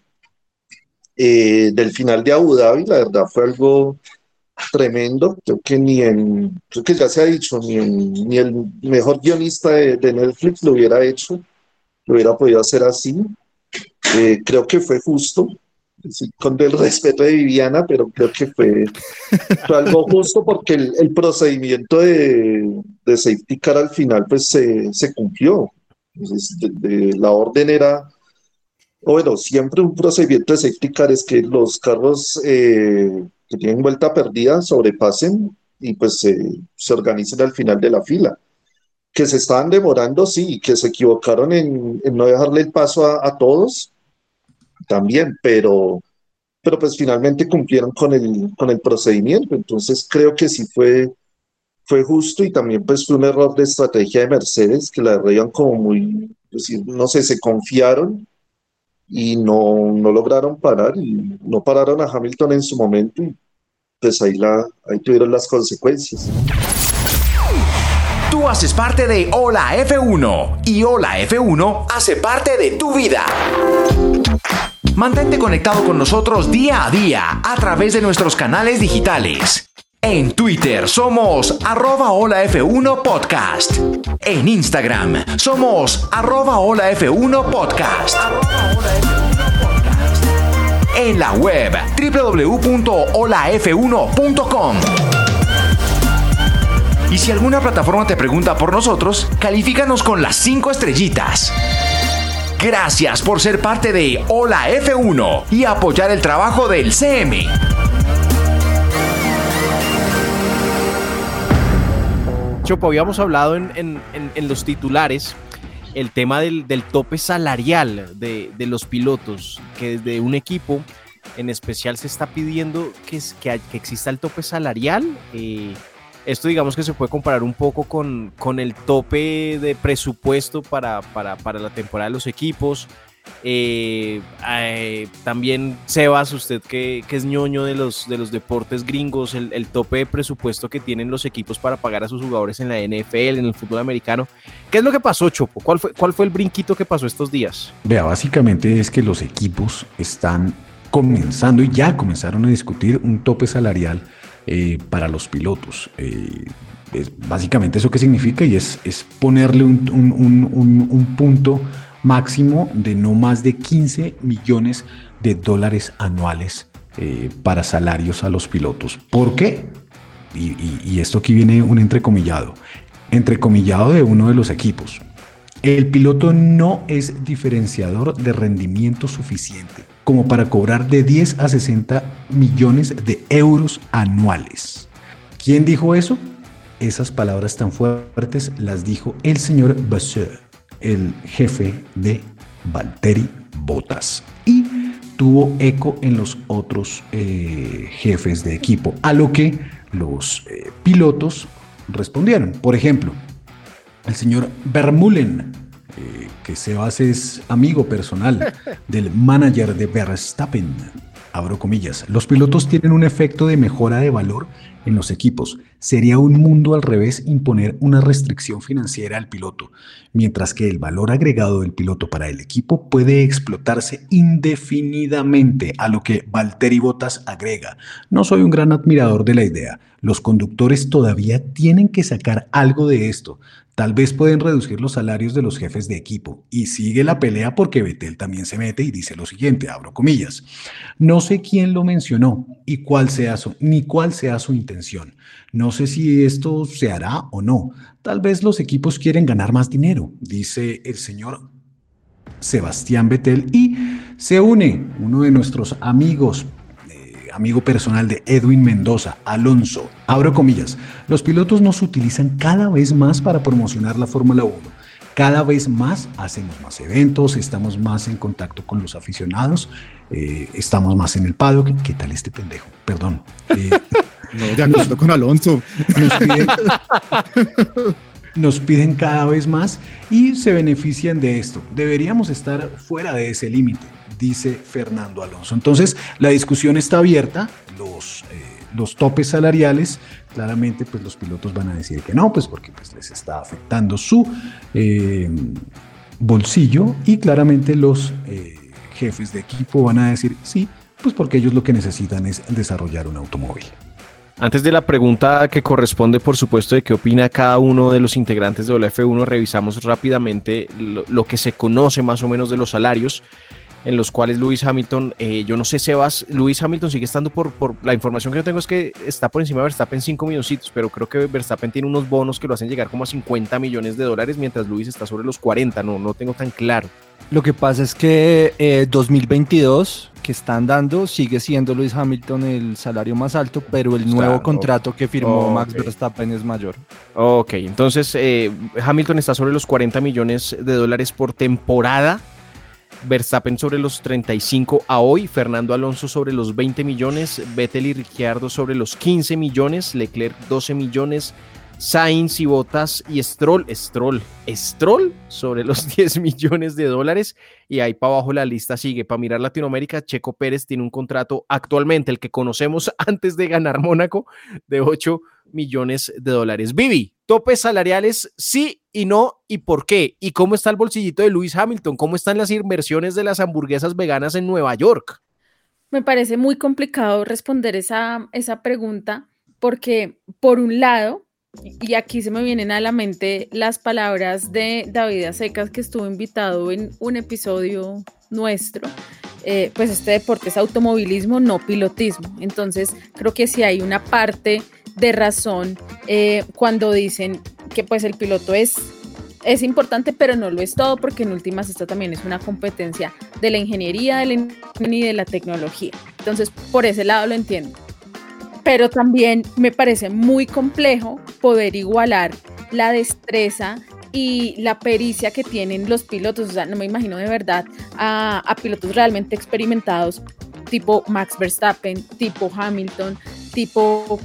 Del final de Abu Dhabi, la verdad fue algo tremendo. Creo que ya se ha dicho, ni el mejor guionista de Netflix lo hubiera podido hacer así. Creo que fue justo, sí, con el respeto de Viviana, pero creo que fue algo justo, porque el procedimiento de safety car al final pues se cumplió. Entonces, la orden era, bueno, siempre un procedimiento de safety car es que los carros que tienen vuelta perdida sobrepasen y pues se organicen al final de la fila. Que se estaban demorando, sí, que se equivocaron en no dejarle el paso a todos, también, pero pues finalmente cumplieron con el procedimiento. Entonces creo que sí fue justo, y también pues fue un error de estrategia de Mercedes, que la iban como muy, no sé, se confiaron y no lograron parar, y no pararon a Hamilton en su momento, y pues ahí tuvieron las consecuencias. Tú haces parte de Hola F1 y Hola F1 hace parte de tu vida. Mantente conectado con nosotros día a día a través de nuestros canales digitales. En Twitter somos @HolaF1podcast. En Instagram somos @HolaF1podcast. En la web www.holaf1.com. Y si alguna plataforma te pregunta por nosotros, califícanos con las 5 estrellitas. Gracias por ser parte de Hola F1 y apoyar el trabajo del CM. Chopo, habíamos hablado en los titulares el tema del tope salarial de los pilotos, que desde un equipo en especial se está pidiendo que exista el tope salarial. Esto digamos que se puede comparar un poco con el tope de presupuesto para la temporada de los equipos. También Sebas, usted que es ñoño de los deportes gringos, el tope de presupuesto que tienen los equipos para pagar a sus jugadores en la NFL, en el fútbol americano. ¿Qué es lo que pasó, Chopo? ¿Cuál fue el brinquito que pasó estos días? Vea, básicamente es que los equipos están comenzando y ya comenzaron a discutir un tope salarial para los pilotos. Básicamente eso que significa, y es ponerle un punto máximo de no más de $15 millones anuales para salarios a los pilotos. ¿Por qué? Y esto aquí viene un entrecomillado de uno de los equipos. El piloto no es diferenciador de rendimiento suficiente como para cobrar de 10 a 60 millones de euros anuales. ¿Quién dijo eso? Esas palabras tan fuertes las dijo el señor Vasseur, el jefe de Valtteri Bottas. Y tuvo eco en los otros jefes de equipo, a lo que los pilotos respondieron. Por ejemplo, el señor Vermeulen, que Sebas es amigo personal del manager de Verstappen, abro comillas, los pilotos tienen un efecto de mejora de valor en los equipos. Sería un mundo al revés imponer una restricción financiera al piloto, mientras que el valor agregado del piloto para el equipo puede explotarse indefinidamente, a lo que Valtteri Bottas agrega: no soy un gran admirador de la idea. Los conductores todavía tienen que sacar algo de esto. Tal vez pueden reducir los salarios de los jefes de equipo. Y sigue la pelea porque Vettel también se mete y dice lo siguiente, abro comillas: no sé quién lo mencionó y cuál sea su intención. No sé si esto se hará o no. Tal vez los equipos quieren ganar más dinero, dice el señor Sebastián Vettel, y se une uno de nuestros amigos, amigo personal de Edwin Mendoza, Alonso. Abro comillas: los pilotos nos utilizan cada vez más para promocionar la Fórmula 1. Cada vez más hacemos más eventos, estamos más en contacto con los aficionados, estamos más en el paddock. ¿Qué tal este pendejo? Perdón. No, de acuerdo con Alonso. Nos piden cada vez más y se benefician de esto. Deberíamos estar fuera de ese límite, dice Fernando Alonso. Entonces, la discusión está abierta. Los topes salariales, claramente, pues los pilotos van a decir que no, pues porque pues, les está afectando su bolsillo, y claramente los jefes de equipo van a decir sí, pues porque ellos lo que necesitan es desarrollar un automóvil. Antes de la pregunta que corresponde, por supuesto, de qué opina cada uno de los integrantes de la F1, revisamos rápidamente lo que se conoce más o menos de los salarios en los cuales Lewis Hamilton, yo no sé, Sebas, Lewis Hamilton sigue estando por la información que yo tengo es que está por encima de Verstappen 5 milloncitos, pero creo que Verstappen tiene unos bonos que lo hacen llegar como a $50 millones, mientras Lewis está sobre los 40, no tengo tan claro. Lo que pasa es que 2022 que están dando sigue siendo Lewis Hamilton el salario más alto, pero el nuevo contrato que firmó Max Verstappen es mayor. Ok, entonces Hamilton está sobre los $40 millones por temporada, Verstappen sobre los 35 a hoy, Fernando Alonso sobre los 20 millones, Vettel y Ricciardo sobre los 15 millones, Leclerc 12 millones, Sainz y Bottas y Stroll sobre los $10 millones, y ahí para abajo la lista sigue. Para mirar Latinoamérica, Checo Pérez tiene un contrato actualmente, el que conocemos antes de ganar Mónaco, de $8 millones. Vivi, topes salariales, sí y no, y por qué, y cómo está el bolsillito de Lewis Hamilton, cómo están las inversiones de las hamburguesas veganas en Nueva York. Me parece muy complicado responder esa pregunta porque, por un lado, y aquí se me vienen a la mente las palabras de David Acecas, que estuvo invitado en un episodio nuestro, pues este deporte es automovilismo, no pilotismo. Entonces creo que sí hay una parte de razón cuando dicen que pues el piloto es importante, pero no lo es todo, porque en últimas esta también es una competencia de la ingeniería, y de la tecnología. Entonces por ese lado lo entiendo. Pero también me parece muy complejo poder igualar la destreza y la pericia que tienen los pilotos. O sea, no me imagino de verdad a pilotos realmente experimentados, tipo Max Verstappen, tipo Hamilton, tipo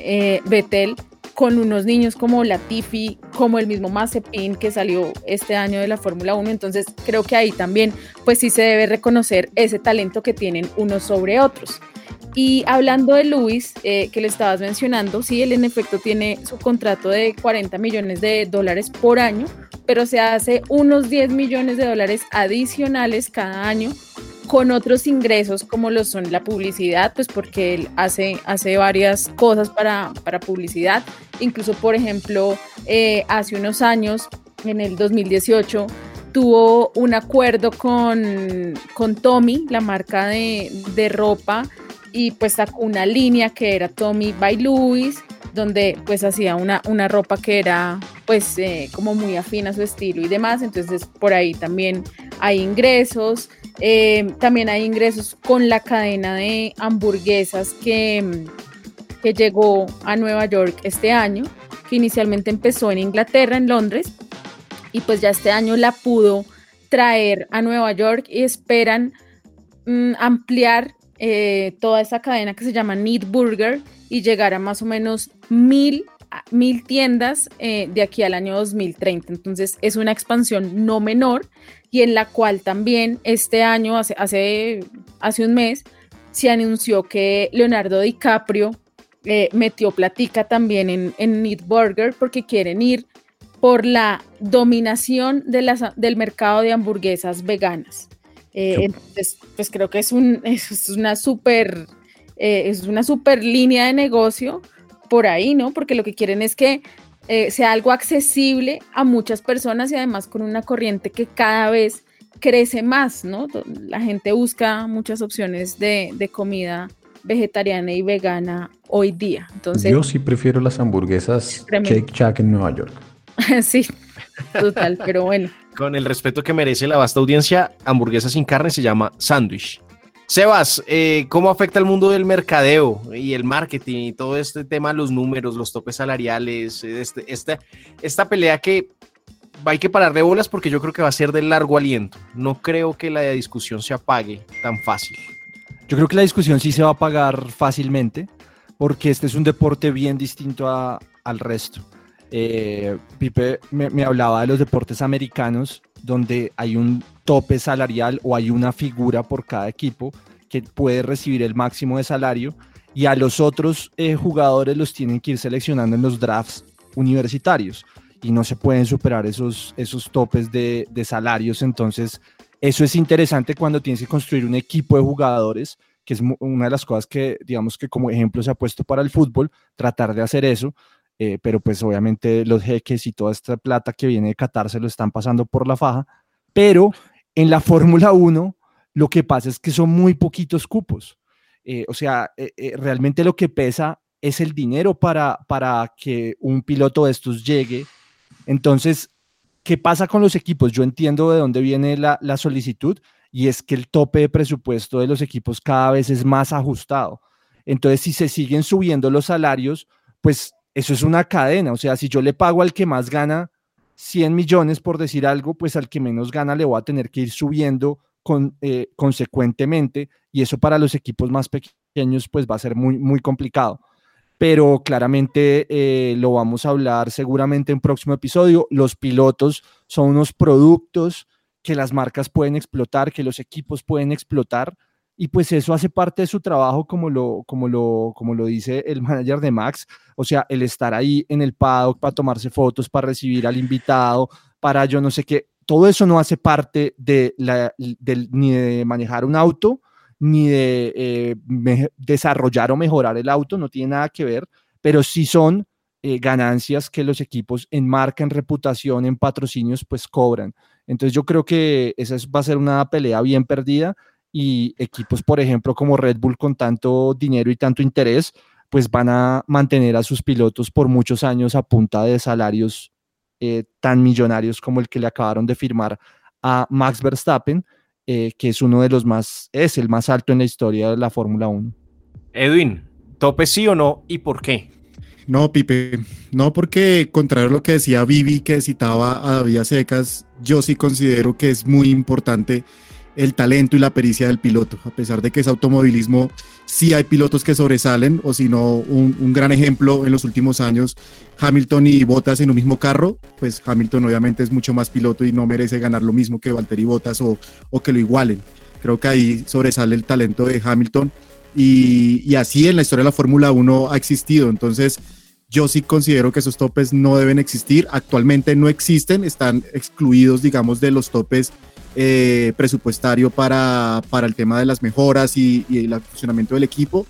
Vettel, con unos niños como Latifi, como el mismo Mazepin que salió este año de la Fórmula 1. Entonces creo que ahí también pues sí se debe reconocer ese talento que tienen unos sobre otros. Y hablando de Lewis, que le estabas mencionando, sí, él en efecto tiene su contrato de $40 millones por año, pero se hace unos $10 millones adicionales cada año con otros ingresos como lo son la publicidad, pues porque él hace varias cosas para publicidad. Incluso, por ejemplo, hace unos años, en el 2018, tuvo un acuerdo con Tommy, la marca de ropa, y pues sacó una línea que era Tommy by Lewis, donde pues hacía una ropa que era pues como muy afín a su estilo y demás. Entonces por ahí también hay ingresos. También hay ingresos con la cadena de hamburguesas que llegó a Nueva York este año, que inicialmente empezó en Inglaterra, en Londres, y pues ya este año la pudo traer a Nueva York, y esperan ampliar toda esa cadena que se llama Need Burger y llegar a más o menos 1,000 tiendas de aquí al año 2030. Entonces es una expansión no menor y en la cual también este año, hace un mes, se anunció que Leonardo DiCaprio metió platica también en Need Burger porque quieren ir por la dominación del mercado de hamburguesas veganas. Entonces, pues creo que es una super línea de negocio por ahí, ¿no? Porque lo que quieren es que sea algo accesible a muchas personas y además con una corriente que cada vez crece más, ¿no? La gente busca muchas opciones de comida vegetariana y vegana hoy día. Entonces, yo sí prefiero las hamburguesas Shake Shack en Nueva York. Sí, total, pero bueno. Con el respeto que merece la vasta audiencia, hamburguesa sin carne se llama sándwich. Sebas, ¿cómo afecta el mundo del mercadeo y el marketing y todo este tema, los números, los topes salariales, esta pelea que hay que pararle bolas porque yo creo que va a ser de largo aliento? No creo que la discusión se apague tan fácil. Yo creo que la discusión sí se va a apagar fácilmente porque este es un deporte bien distinto al resto. Pipe me hablaba de los deportes americanos donde hay un tope salarial o hay una figura por cada equipo que puede recibir el máximo de salario y a los otros jugadores los tienen que ir seleccionando en los drafts universitarios y no se pueden superar esos topes de salarios. Entonces eso es interesante cuando tienes que construir un equipo de jugadores, que es una de las cosas que digamos que como ejemplo se ha puesto para el fútbol, tratar de hacer eso. Pero pues obviamente los jeques y toda esta plata que viene de Qatar se lo están pasando por la faja, pero en la Fórmula 1 lo que pasa es que son muy poquitos cupos, realmente lo que pesa es el dinero para que un piloto de estos llegue. Entonces, ¿qué pasa con los equipos? Yo entiendo de dónde viene la solicitud y es que el tope de presupuesto de los equipos cada vez es más ajustado. Entonces, si se siguen subiendo los salarios, pues eso es una cadena. O sea, si yo le pago al que más gana 100 millones, por decir algo, pues al que menos gana le voy a tener que ir subiendo consecuentemente, y eso para los equipos más pequeños pues va a ser muy, muy complicado. Pero claramente lo vamos a hablar seguramente en un próximo episodio. Los pilotos son unos productos que las marcas pueden explotar, que los equipos pueden explotar, y pues eso hace parte de su trabajo, como lo dice el manager de Max. O sea, el estar ahí en el paddock para tomarse fotos, para recibir al invitado, para yo no sé qué, todo eso no hace parte ni de manejar un auto, ni de desarrollar o mejorar el auto, no tiene nada que ver, pero sí son ganancias que los equipos en marca, en reputación, en patrocinios, pues cobran. Entonces yo creo que esa va a ser una pelea bien perdida, y equipos, por ejemplo, como Red Bull, con tanto dinero y tanto interés, pues van a mantener a sus pilotos por muchos años a punta de salarios tan millonarios como el que le acabaron de firmar a Max Verstappen, que es el más alto en la historia de la Fórmula 1. Edwin, ¿tope sí o no y por qué? No, Pipe, no, porque contrario a lo que decía Vivi, que citaba a David Secas, yo sí considero que es muy importante el talento y la pericia del piloto. A pesar de que es automovilismo, sí hay pilotos que sobresalen, o si no, un gran ejemplo en los últimos años, Hamilton y Bottas en un mismo carro. Pues Hamilton obviamente es mucho más piloto y no merece ganar lo mismo que Valtteri Bottas o que lo igualen. Creo que ahí sobresale el talento de Hamilton, y así en la historia de la Fórmula 1 ha existido. Entonces yo sí considero que esos topes no deben existir. Actualmente no existen, están excluidos, digamos, de los topes presupuestario para el tema de las mejoras y el funcionamiento del equipo,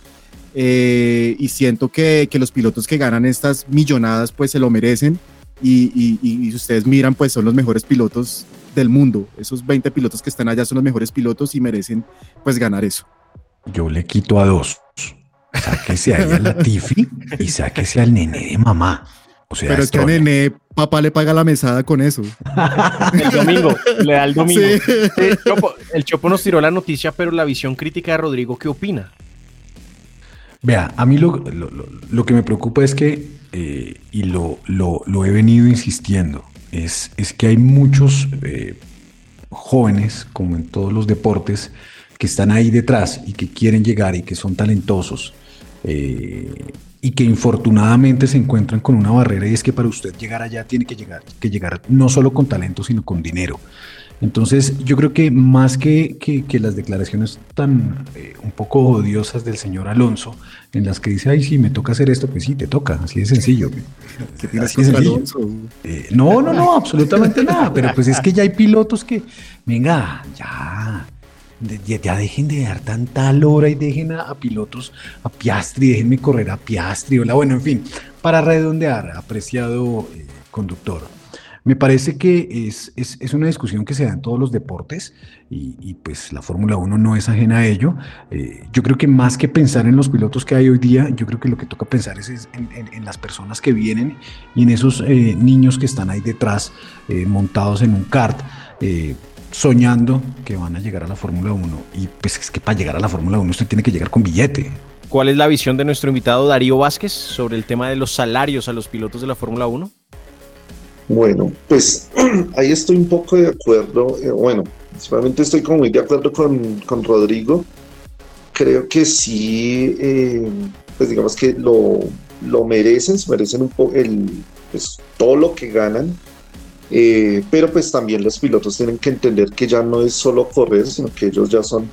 y siento que los pilotos que ganan estas millonadas pues se lo merecen, y si ustedes miran, pues son los mejores pilotos del mundo. Esos 20 pilotos que están allá son los mejores pilotos y merecen pues ganar eso. Yo le quito a 2. Sáquese ahí a Latifi y sáquese al nené de mamá. O sea, pero es que a Nené, papá le paga la mesada con eso. El domingo, le da el domingo. Sí. El Chopo nos tiró la noticia, pero la visión crítica de Rodrigo, ¿qué opina? Vea, a mí lo que me preocupa es que, y lo he venido insistiendo, es que hay muchos jóvenes, como en todos los deportes, que están ahí detrás y que quieren llegar y que son talentosos, y que infortunadamente se encuentran con una barrera, y es que para usted llegar allá tiene que llegar no solo con talento, sino con dinero. Entonces yo creo que más que las declaraciones tan un poco odiosas del señor Alonso, en las que dice, ay, sí, me toca hacer esto, pues sí, te toca, así de sencillo. ¿Qué tienes contra Alonso? No, absolutamente nada, pero pues es que ya hay pilotos que, venga, ya dejen de dar tanta lora y dejen a pilotos, a Piastri, déjenme correr a Piastri, bueno, en fin, para redondear, apreciado conductor. Me parece que es una discusión que se da en todos los deportes y pues la Fórmula 1 no es ajena a ello. Yo creo que más que pensar en los pilotos que hay hoy día, yo creo que lo que toca pensar es en las personas que vienen y en esos niños que están ahí detrás, montados en un kart, soñando que van a llegar a la Fórmula 1. Y pues es que para llegar a la Fórmula 1 usted tiene que llegar con billete. ¿Cuál es la visión de nuestro invitado Darío Vázquez sobre el tema de los salarios a los pilotos de la Fórmula 1? Bueno, pues ahí estoy un poco de acuerdo. Principalmente estoy como muy de acuerdo con Rodrigo. Creo que sí, pues digamos que lo merecen, se merecen un poco pues, todo lo que ganan. Pero pues también los pilotos tienen que entender que ya no es solo correr, sino que ellos ya son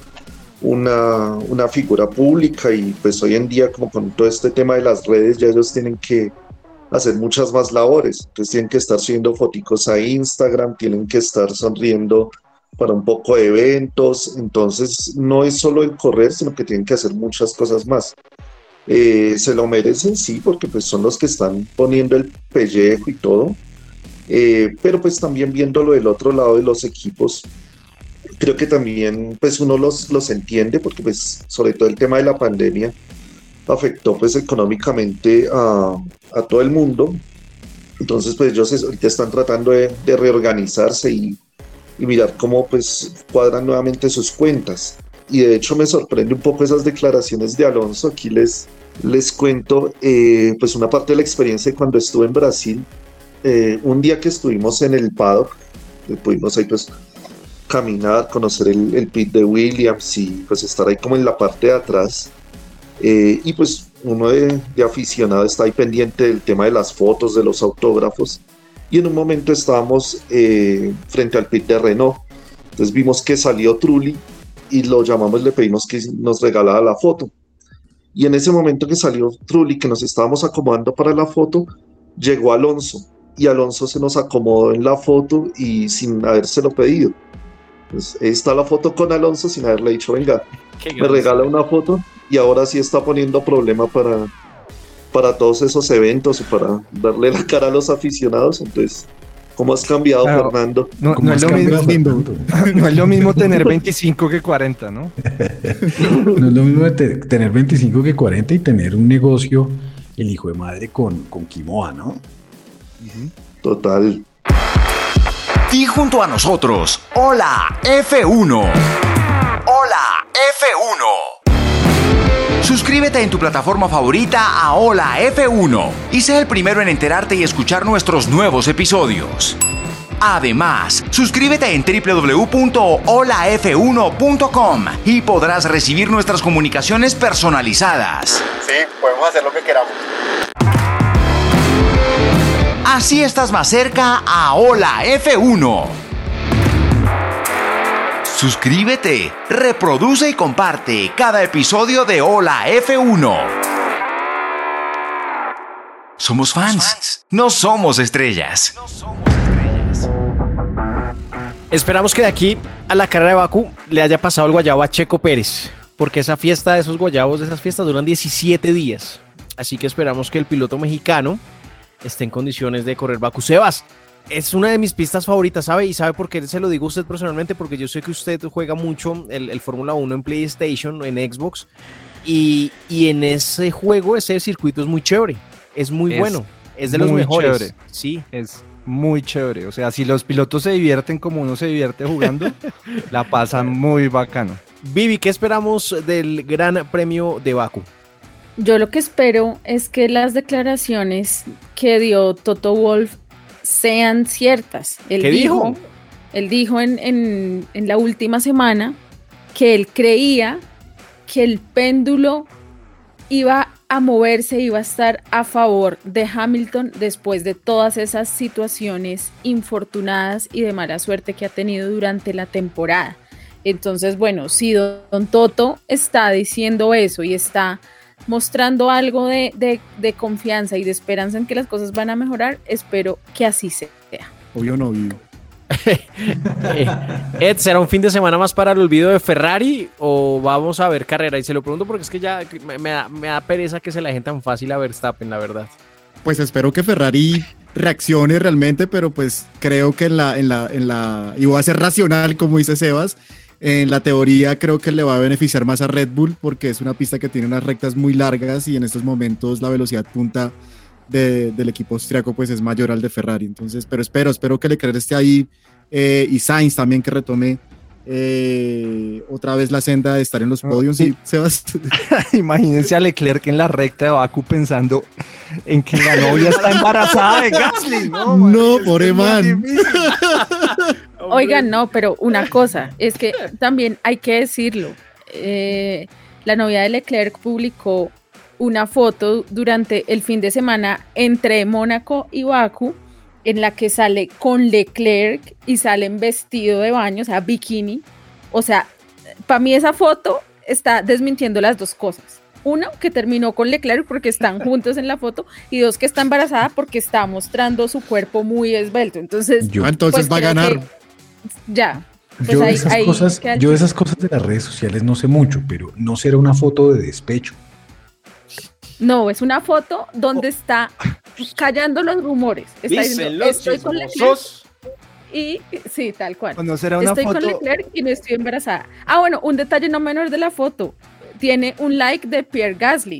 una figura pública, y pues hoy en día, como con todo este tema de las redes, ya ellos tienen que hacer muchas más labores. Entonces tienen que estar subiendo foticos a Instagram, tienen que estar sonriendo para un poco de eventos. Entonces no es solo el correr, sino que tienen que hacer muchas cosas más. Se lo merecen, sí, porque pues son los que están poniendo el pellejo y todo. Pero pues también viéndolo del otro lado de los equipos, creo que también pues uno los entiende, porque pues sobre todo el tema de la pandemia afectó pues económicamente a todo el mundo. Entonces pues ellos ahorita están tratando de reorganizarse y mirar cómo pues cuadran nuevamente sus cuentas. Y de hecho me sorprende un poco esas declaraciones de Alonso. Aquí les cuento pues una parte de la experiencia de cuando estuve en Brasil. Un día que estuvimos en el paddock, pudimos ahí pues caminar, conocer el pit de Williams y pues estar ahí como en la parte de atrás. Y pues uno de aficionado está ahí pendiente del tema de las fotos, de los autógrafos, y en un momento estábamos frente al pit de Renault. Entonces vimos que salió Trulli y lo llamamos, le pedimos que nos regalara la foto, y en ese momento que salió Trulli, que nos estábamos acomodando para la foto, llegó Alonso, y Alonso se nos acomodó en la foto y sin habérselo pedido. Pues está la foto con Alonso sin haberle dicho, venga, me regala una foto. Y ahora sí está poniendo problema para todos esos eventos y para darle la cara a los aficionados. Entonces, ¿cómo has cambiado, claro, Fernando? No es lo mismo tener 25 que 40, ¿no? No es lo mismo tener 25 que 40 y tener un negocio, el hijo de madre, con Quimoa, ¿no? Total. Y junto a nosotros, Hola F1. Hola F1. Suscríbete en tu plataforma favorita a Hola F1 y sé el primero en enterarte y escuchar nuestros nuevos episodios. Además, suscríbete en www.holaf1.com y podrás recibir nuestras comunicaciones personalizadas. Sí, podemos hacer lo que queramos. Así estás más cerca a Hola F1. Suscríbete, reproduce y comparte cada episodio de Hola F1. Somos fans, no somos estrellas. Esperamos que de aquí a la carrera de Bakú le haya pasado el guayabo a Checo Pérez, porque esa fiesta de esos guayabos, de esas fiestas duran 17 días. Así que esperamos que el piloto mexicano esté en condiciones de correr Bakú. Sebas, es una de mis pistas favoritas, ¿sabe? Y ¿sabe por qué se lo digo a usted personalmente? Porque yo sé que usted juega mucho el Fórmula 1 en PlayStation, en Xbox, y en ese juego, ese circuito es muy chévere, es muy bueno, es de los mejores. Chévere. Sí. Es muy chévere, o sea, si los pilotos se divierten como uno se divierte jugando, la pasan muy bacano. Vivi, ¿qué esperamos del Gran Premio de Bakú? Yo lo que espero es que las declaraciones que dio Toto Wolff sean ciertas. ¿Qué dijo? Él dijo en la última semana que él creía que el péndulo iba a moverse, iba a estar a favor de Hamilton después de todas esas situaciones infortunadas y de mala suerte que ha tenido durante la temporada. Entonces, bueno, si Don Toto está diciendo eso y está mostrando algo de confianza y de esperanza en que las cosas van a mejorar, espero que así sea. Obvio no vivo. Ed, ¿será un fin de semana más para el olvido de Ferrari o vamos a ver carrera? Y se lo pregunto porque es que ya me da pereza que se la dejen tan fácil a Verstappen, la verdad. Pues espero que Ferrari reaccione realmente, pero pues creo que y voy a ser racional, como dice Sebas, en la teoría creo que le va a beneficiar más a Red Bull porque es una pista que tiene unas rectas muy largas y en estos momentos la velocidad punta del equipo austriaco pues es mayor al de Ferrari. Entonces, pero espero que Leclerc esté ahí y Sainz también que retome otra vez la senda de estar en los podios. Sí. Sebas. Imagínense a Leclerc en la recta de Baku pensando en que la novia está embarazada de Gasly. No, pobre man. Oigan, no, pero una cosa, es que también hay que decirlo. La novia de Leclerc publicó una foto durante el fin de semana entre Mónaco y Bakú en la que sale con Leclerc y sale en vestido de baño, o sea, bikini. O sea, para mí esa foto está desmintiendo las dos cosas. Uno, que terminó con Leclerc porque están juntos en la foto, y dos, que está embarazada porque está mostrando su cuerpo muy esbelto. Entonces, entonces va a ganar. Ya. Pues Yo de esas cosas de las redes sociales no sé mucho, pero no será una foto de despecho. No, es una foto donde está callando los rumores. Está diciendo, estoy con Leclerc y sí, tal cual. No será una estoy foto... con Leclerc y no estoy embarazada. Ah, bueno, un detalle no menor de la foto. Tiene un like de Pierre Gasly.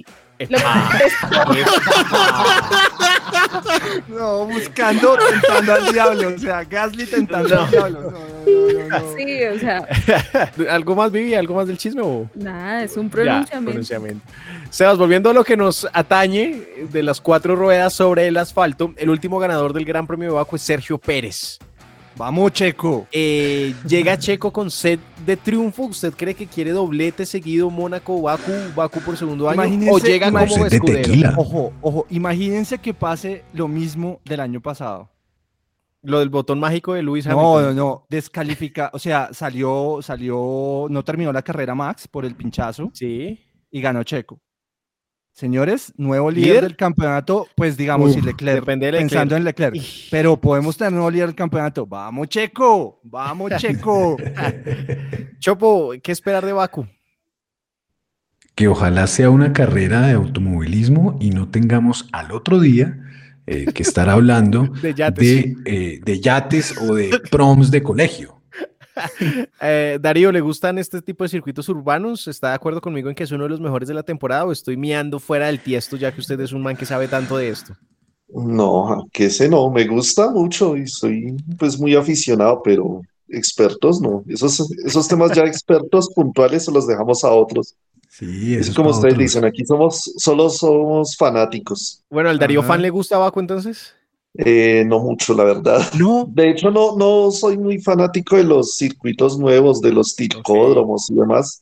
No, tentando al diablo, o sea, Gasly tentando al diablo. No. Sí, o sea. ¿Algo más, Vivi? ¿Algo más del chisme? ¿O? Nada, es un pronunciamiento. Sebas, volviendo a lo que nos atañe de las 4 ruedas sobre el asfalto, el último ganador del Gran Premio de Baku es Sergio Pérez. Vamos, Checo. Llega Checo con sed de triunfo. ¿Usted cree que quiere doblete seguido Mónaco, Baku por segundo año? ¿O llega como escudero? Ojo, imagínense que pase lo mismo del año pasado. Lo del botón mágico de Lewis Hamilton. No, descalifica, o sea, salió, no terminó la carrera Max por el pinchazo. Sí. Y ganó Checo. Señores, nuevo líder del campeonato, pues digamos, si Leclerc, pensando en Leclerc, pero podemos tener nuevo líder del campeonato. ¡Vamos, Checo! ¡Vamos, Checo! Chopo, ¿qué esperar de Baku? Que ojalá sea una carrera de automovilismo y no tengamos al otro día que estar hablando de yates o de proms de colegio. Darío, ¿le gustan este tipo de circuitos urbanos? ¿Está de acuerdo conmigo en que es uno de los mejores de la temporada o estoy miando fuera del tiesto ya que usted es un man que sabe tanto de esto? No, que ese no, me gusta mucho y soy pues muy aficionado, pero expertos no. Esos temas ya expertos puntuales se los dejamos a otros. Sí, eso es como ustedes dicen, aquí solo somos fanáticos. Bueno, ¿al Darío fan le gusta Baku entonces? No mucho, la verdad. No. De hecho, no soy muy fanático de los circuitos nuevos, de los ticódromos y demás.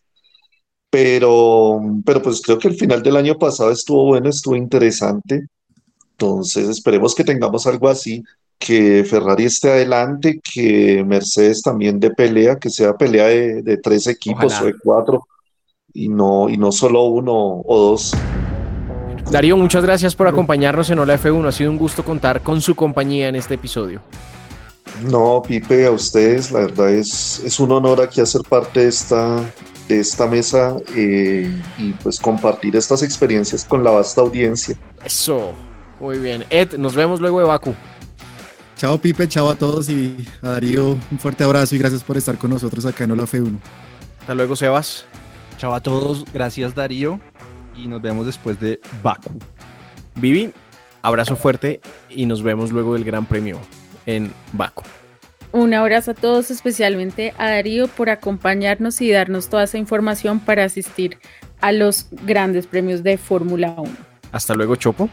Pero pues creo que el final del año pasado estuvo bueno, estuvo interesante. Entonces esperemos que tengamos algo así, que Ferrari esté adelante, que Mercedes también dé pelea, que sea pelea de 3 equipos. Ojalá. O de 4, y no solo 1 o 2. Darío, muchas gracias por acompañarnos en Hola F1. Ha sido un gusto contar con su compañía en este episodio. No, Pipe, a ustedes, la verdad es un honor aquí hacer parte de esta mesa y pues compartir estas experiencias con la vasta audiencia. Eso, muy bien. Ed, nos vemos luego de Baku. Chao, Pipe, chao a todos y a Darío un fuerte abrazo y gracias por estar con nosotros acá en Hola F1. Hasta luego, Sebas. Chao a todos, gracias Darío. Y nos vemos después de Baku. Vivi, abrazo fuerte y nos vemos luego del Gran Premio en Baku. Un abrazo a todos, especialmente a Darío por acompañarnos y darnos toda esa información para asistir a los grandes premios de Fórmula 1. Hasta luego, Chopo.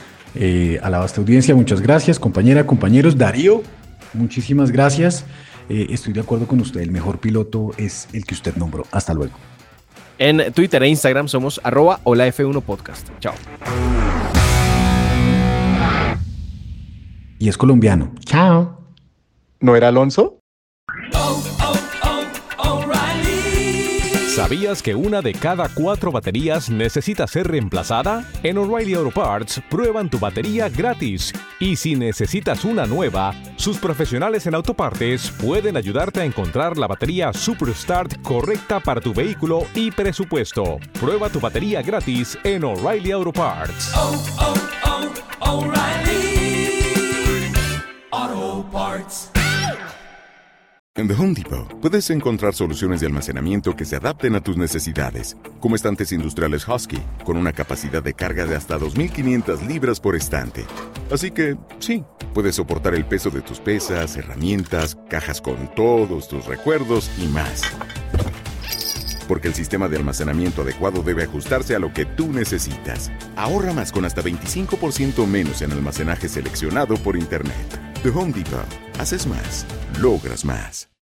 A la vasta audiencia, muchas gracias, compañeros. Darío, muchísimas gracias. estoy de acuerdo con usted, el mejor piloto es el que usted nombró. Hasta luego. En Twitter e Instagram somos @holaf1podcast. Chao. Y es colombiano. Chao. ¿No era Alonso? ¿Sabías que una de cada 4 baterías necesita ser reemplazada? En O'Reilly Auto Parts prueban tu batería gratis. Y si necesitas una nueva, sus profesionales en autopartes pueden ayudarte a encontrar la batería Superstart correcta para tu vehículo y presupuesto. Prueba tu batería gratis en O'Reilly Auto Parts. O'Reilly Auto Parts. En The Home Depot puedes encontrar soluciones de almacenamiento que se adapten a tus necesidades, como estantes industriales Husky, con una capacidad de carga de hasta 2.500 libras por estante. Así que, sí, puedes soportar el peso de tus pesas, herramientas, cajas con todos tus recuerdos y más. Porque el sistema de almacenamiento adecuado debe ajustarse a lo que tú necesitas. Ahorra más con hasta 25% menos en almacenaje seleccionado por Internet. The Home Depot. Haces más. Logras más.